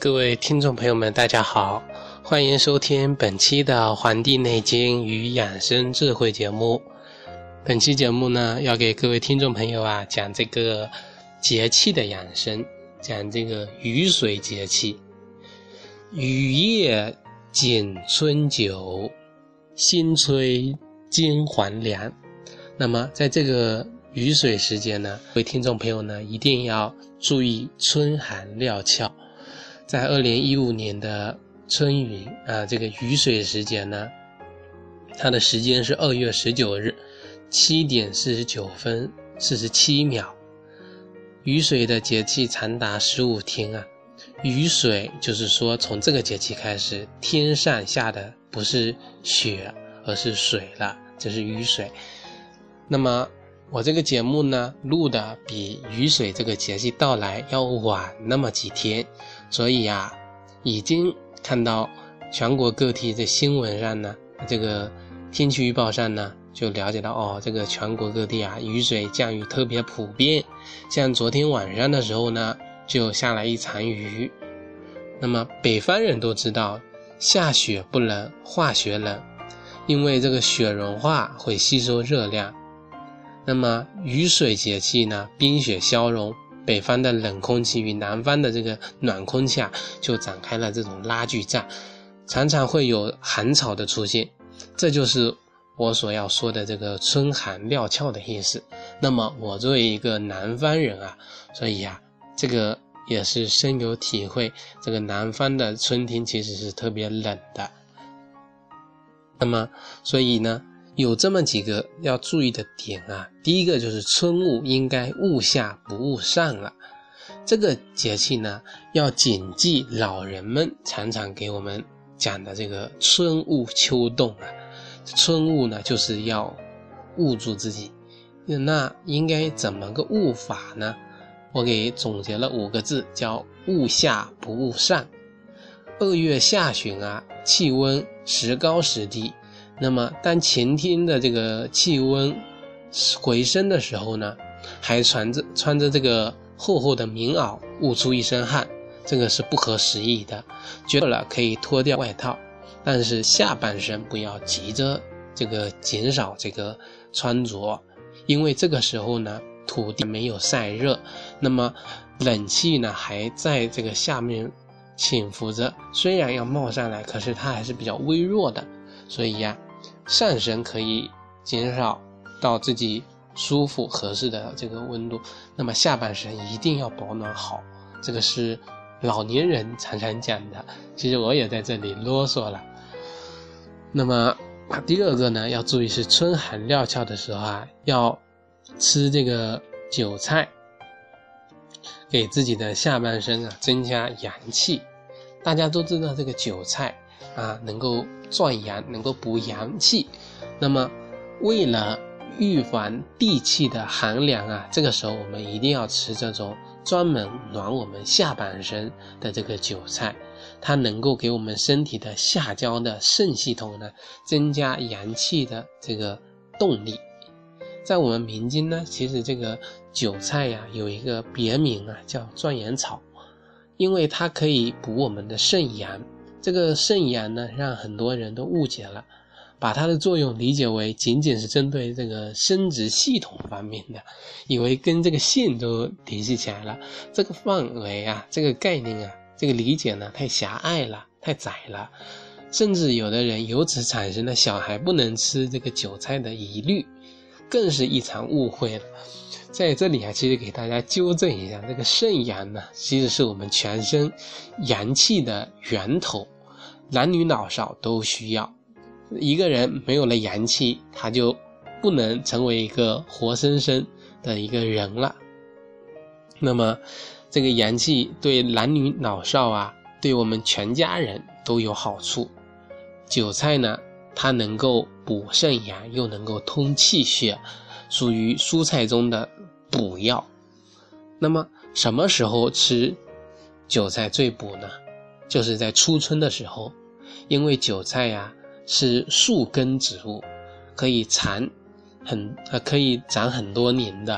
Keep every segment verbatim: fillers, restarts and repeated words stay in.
各位听众朋友们大家好，欢迎收听本期的《黄帝内经与养生智慧》节目。本期节目呢，要给各位听众朋友啊讲这个节气的养生，讲这个雨水节气。雨夜景春酒，新吹金黄凉。那么在这个雨水时间呢，各位听众朋友呢一定要注意春寒料峭。在二零一五年的春雨啊，这个雨水时间呢，它的时间是二月十九日七点四十九分四十七秒。雨水的节气长达十五天啊。雨水就是说从这个节气开始，天上下的不是雪而是水了，这是雨水。那么我这个节目呢录的比雨水这个节气到来要晚那么几天，所以啊已经看到全国各地的新闻上呢，这个天气预报上呢就了解到哦，这个全国各地啊雨水降雨特别普遍。像昨天晚上的时候呢就下来一场雨。那么北方人都知道下雪不冷，化雪冷，因为这个雪融化会吸收热量。那么雨水节气呢，冰雪消融，北方的冷空气与南方的这个暖空气啊就展开了这种拉锯战，常常会有寒潮的出现，这就是我所要说的这个春寒料峭的意思。那么我作为一个南方人啊，所以啊这个也是深有体会，这个南方的春天其实是特别冷的。那么所以呢有这么几个要注意的点啊。第一个就是春雾应该雾下不雾上了。这个节气呢要谨记老人们常常给我们讲的这个春捂秋冻啊。春捂呢就是要捂住自己，那应该怎么个捂法呢？我给总结了五个字，叫雾下不雾上。二月下旬啊，气温时高时低，那么当前天的这个气温回升的时候呢，还穿着穿着这个厚厚的棉袄，捂出一身汗，这个是不合时宜的。觉得了可以脱掉外套，但是下半身不要急着这个减少这个穿着，因为这个时候呢土地没有晒热，那么冷气呢还在这个下面潜伏着，虽然要冒上来，可是它还是比较微弱的。所以呀、啊，上身可以减少到自己舒服合适的这个温度，那么下半身一定要保暖好，这个是老年人常常讲的，其实我也在这里啰嗦了。那么第二个呢要注意是春寒料峭的时候啊，要吃这个韭菜，给自己的下半身啊增加阳气。大家都知道这个韭菜啊能够壮阳，能够补阳气。那么为了预防地气的寒凉啊，这个时候我们一定要吃这种专门暖我们下半身的这个韭菜，它能够给我们身体的下焦的肾系统呢增加阳气的这个动力。在我们民间呢，其实这个韭菜呀、啊、有一个别名啊叫壮阳草，因为它可以补我们的肾阳。这个肾阳呢让很多人都误解了，把它的作用理解为仅仅是针对这个生殖系统方面的，以为跟这个性都联系起来了。这个范围啊，这个概念啊，这个理解呢太狭隘了，太窄了，甚至有的人由此产生了小孩不能吃这个韭菜的疑虑，更是一场误会了。在这里啊，其实给大家纠正一下，这个肾阳呢其实是我们全身阳气的源头，男女老少都需要。一个人没有了阳气，他就不能成为一个活生生的一个人了。那么这个阳气对男女老少啊，对我们全家人都有好处。韭菜呢它能够补肾阳，又能够通气血，属于蔬菜中的补药。那么什么时候吃韭菜最补呢？就是在初春的时候，因为韭菜呀、啊、是树根植物，可以长很呃可以长很多年的，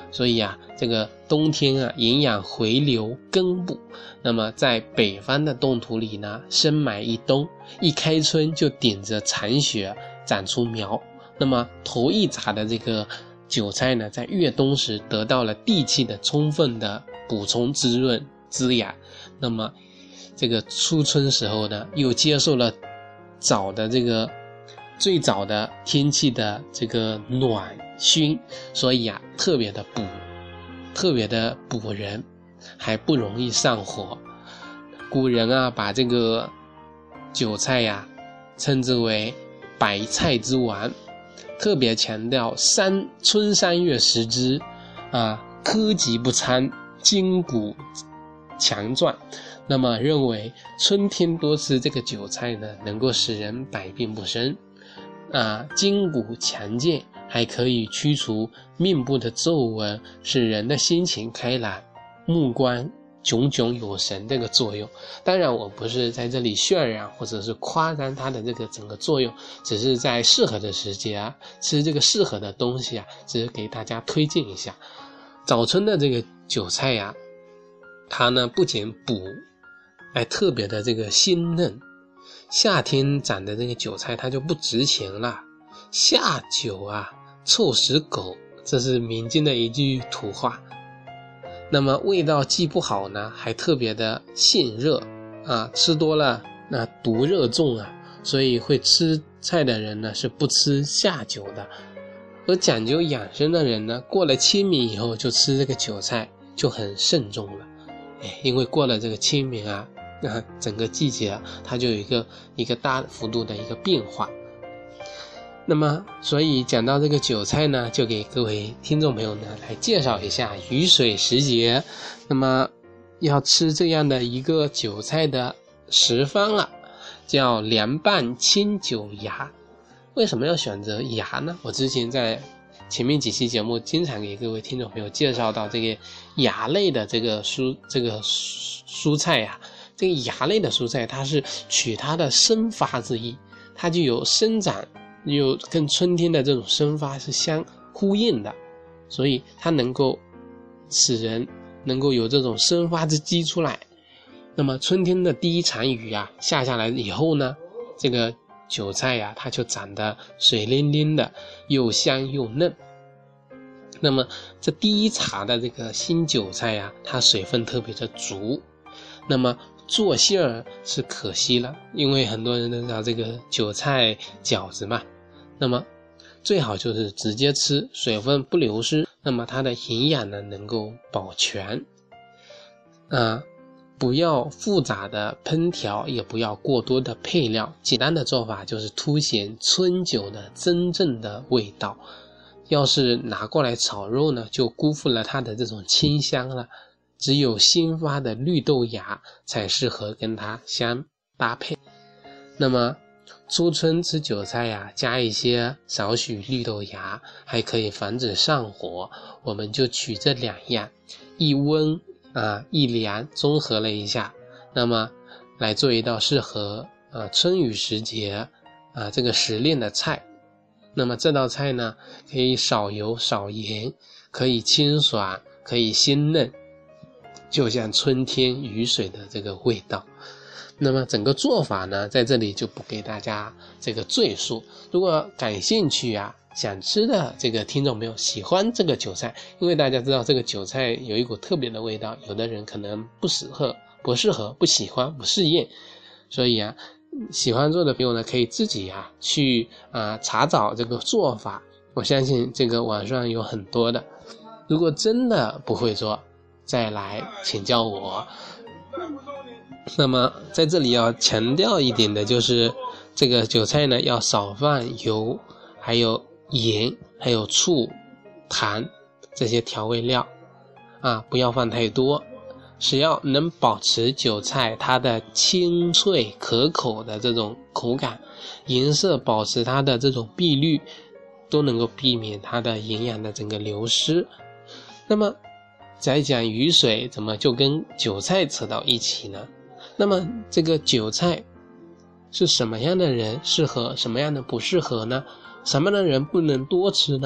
所以啊，这个冬天啊，营养回流根部。那么在北方的冻土里呢，深埋一冬，一开春就顶着残雪长出苗。那么头一茬的这个韭菜呢，在越冬时得到了地气的充分的补充滋润滋养。那么这个初春时候呢，又接受了早的这个最早的天气的这个暖熏，所以啊，特别的补，特别的补人，还不容易上火。古人啊，把这个韭菜呀、啊、称之为百菜之王，特别强调三春三月食之啊，科级不参，筋骨强壮。那么认为春天多吃这个韭菜呢，能够使人百病不生啊，筋骨强健，还可以驱除面部的皱纹，使人的心情开朗，目光炯炯有神这个作用。当然我不是在这里渲染或者是夸张它的这个整个作用，只是在适合的时节啊，吃这个适合的东西啊，只是给大家推荐一下。早春的这个韭菜呀、啊，它呢不仅补，还特别的这个鲜嫩。夏天长的这个韭菜它就不值钱了，夏韭啊臭死狗，这是民间的一句土话。那么味道既不好呢，还特别的性热啊，吃多了那毒热重啊，所以会吃菜的人呢是不吃夏韭的。而讲究养生的人呢，过了清明以后就吃这个韭菜就很慎重了。哎，因为过了这个清明啊，那整个季节啊，它就有一个一个大幅度的一个变化。那么所以讲到这个韭菜呢，就给各位听众朋友呢来介绍一下雨水时节那么要吃这样的一个韭菜的食方了，叫凉拌清韭芽。为什么要选择芽呢？我之前在前面几期节目经常给各位听众朋友介绍到这个芽类的这个蔬这个蔬菜呀、啊，这个芽类的蔬菜它是取它的生发之意，它就有生长，有跟春天的这种生发是相呼应的，所以它能够使人能够有这种生发之机出来。那么春天的第一场雨啊下下来以后呢，这个韭菜呀、啊、它就长得水灵灵的，又香又嫩。那么这第一茬的这个新韭菜呀、啊、它水分特别的足，那么做馅儿是可惜了，因为很多人都知道这个韭菜饺子嘛，那么最好就是直接吃，水分不流失，那么它的营养呢能够保全啊。不要复杂的烹调，也不要过多的配料，简单的做法就是凸显春韭的真正的味道。要是拿过来炒肉呢，就辜负了它的这种清香了。只有新发的绿豆芽才适合跟它相搭配。那么初春吃韭菜呀、啊，加一些少许绿豆芽，还可以防止上火。我们就取这两样，一温啊一凉，综合了一下，那么来做一道适合啊春雨时节啊这个时令的菜。那么这道菜呢，可以少油少盐，可以清爽，可以鲜嫩，就像春天雨水的这个味道。那么整个做法呢，在这里就不给大家这个赘述。如果感兴趣啊，想吃的这个听众朋友喜欢这个韭菜，因为大家知道这个韭菜有一股特别的味道，有的人可能不适合不适合不喜欢不适应，所以啊喜欢做的朋友呢，可以自己啊去啊、呃、查找这个做法，我相信这个网上有很多的。如果真的不会做，再来请教我。那么在这里要强调一点的就是，这个韭菜呢要少放油，还有盐，还有醋、糖这些调味料啊，不要放太多。只要能保持韭菜它的清脆可口的这种口感，颜色保持它的这种碧绿，都能够避免它的营养的整个流失。那么再讲雨水怎么就跟韭菜扯到一起呢？那么这个韭菜是什么样的人适合，什么样的不适合呢？什么样的人不能多吃呢？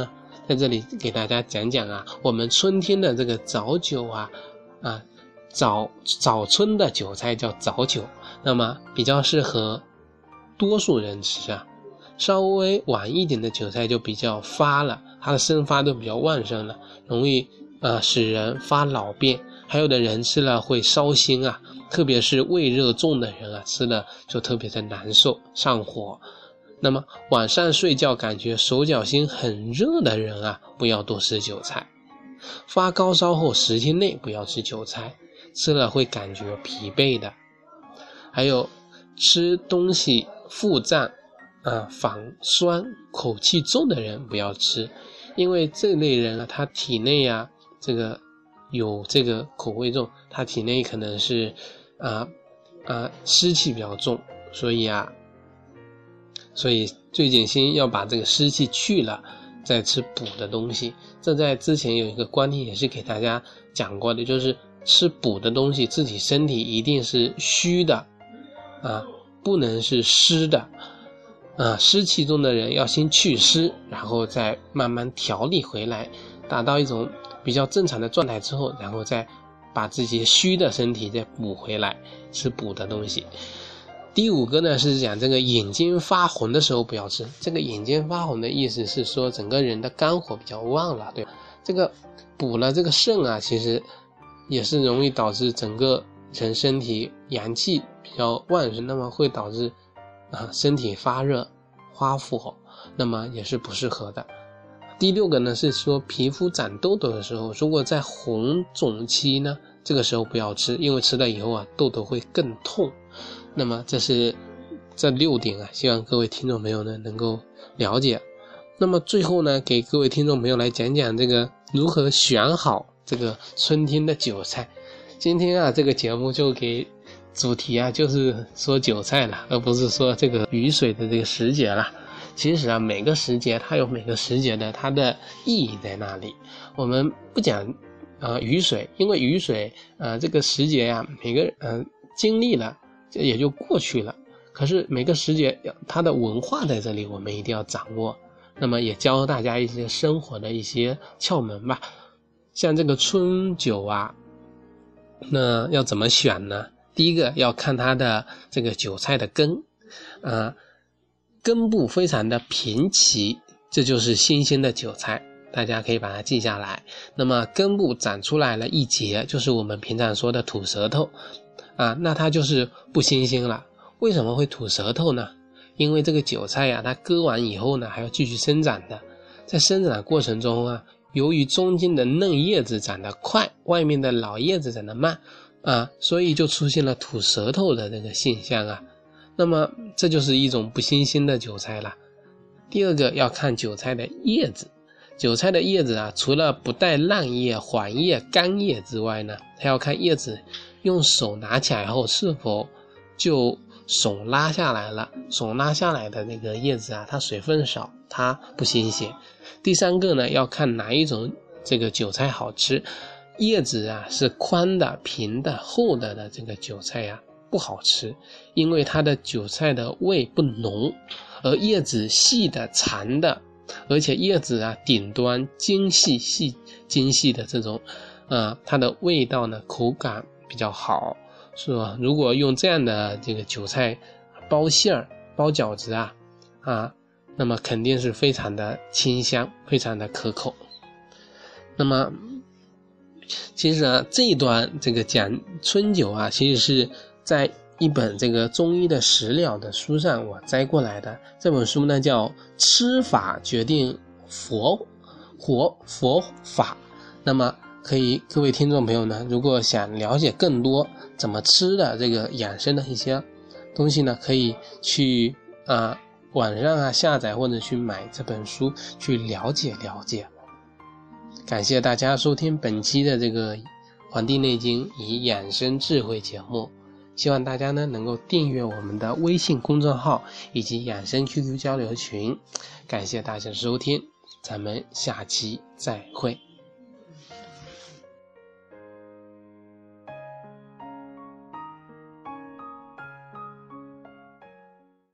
在这里给大家讲讲啊，我们春天的这个早酒啊，啊，早早春的韭菜叫早酒，那么比较适合多数人吃啊。稍微晚一点的韭菜就比较发了，它的生发都比较旺盛了，容易啊使人发老便，还有的人吃了会烧心啊，特别是胃热重的人啊，吃了就特别的难受，上火。那么晚上睡觉感觉手脚心很热的人啊，不要多吃韭菜。发高烧后十天内不要吃韭菜，吃了会感觉疲惫的。还有吃东西腹胀啊、反酸、口气重的人不要吃，因为这类人啊，他体内啊这个有这个口味重，他体内可能是啊啊湿气比较重，所以啊所以最近先要把这个湿气去了，再吃补的东西。这在之前有一个观念也是给大家讲过的，就是吃补的东西自己身体一定是虚的啊，不能是湿的啊，湿气重的人要先祛湿，然后再慢慢调理回来，达到一种比较正常的状态之后，然后再把自己虚的身体再补回来，吃补的东西。第五个呢是讲这个眼睛发红的时候不要吃。这个眼睛发红的意思是说整个人的肝火比较旺了，对吧？这个补了这个肾啊，其实也是容易导致整个人身体阳气比较旺盛，那么会导致啊身体发热发火，那么也是不适合的。第六个呢是说皮肤长痘痘的时候，如果在红肿期呢，这个时候不要吃，因为吃了以后啊痘痘会更痛。那么这是这六点啊，希望各位听众朋友呢能够了解。那么最后呢，给各位听众朋友来讲讲这个如何选好这个春天的韭菜。今天啊这个节目就给主题啊就是说韭菜了，而不是说这个雨水的这个时节了。其实啊每个时节它有每个时节的它的意义在那里。我们不讲呃雨水，因为雨水呃这个时节啊每个呃经历了也就过去了，可是每个时节它的文化在这里我们一定要掌握，那么也教大家一些生活的一些窍门吧。像这个春韭啊，那要怎么选呢？第一个要看它的这个韭菜的根啊，根部非常的平齐，这就是新鲜的韭菜，大家可以把它记下来。那么根部长出来了一节，就是我们平常说的吐舌头啊，那它就是不新鲜了。为什么会吐舌头呢？因为这个韭菜呀、啊，它割完以后呢，还要继续生长的。在生长的过程中啊，由于中间的嫩叶子长得快，外面的老叶子长得慢啊，所以就出现了吐舌头的这个现象啊。那么这就是一种不新鲜的韭菜了。第二个要看韭菜的叶子。韭菜的叶子啊，除了不带烂叶、黄叶、干叶之外呢，它要看叶子用手拿起来后是否就手拉下来了，手拉下来的那个叶子啊，它水分少，它不新鲜。第三个呢，要看哪一种这个韭菜好吃。叶子啊是宽的、平的、厚的的这个韭菜啊不好吃，因为它的韭菜的味不浓，而叶子细的、长的，而且叶子啊顶端精细细精细的这种呃它的味道呢口感比较好，是吧？如果用这样的这个韭菜包馅儿包饺子啊啊那么肯定是非常的清香，非常的可口。那么其实啊这一段这个讲春韭啊，其实是在一本这个中医的食疗的书上我摘过来的。这本书呢叫吃法决定佛活佛法。那么可以各位听众朋友呢，如果想了解更多怎么吃的这个养生的一些东西呢，可以去啊网上啊下载或者去买这本书去了解了解。感谢大家收听本期的这个《黄帝内经与养生智慧》节目，希望大家呢能够订阅我们的微信公众号以及养生 Q Q 交流群。感谢大家的收听，咱们下期再会。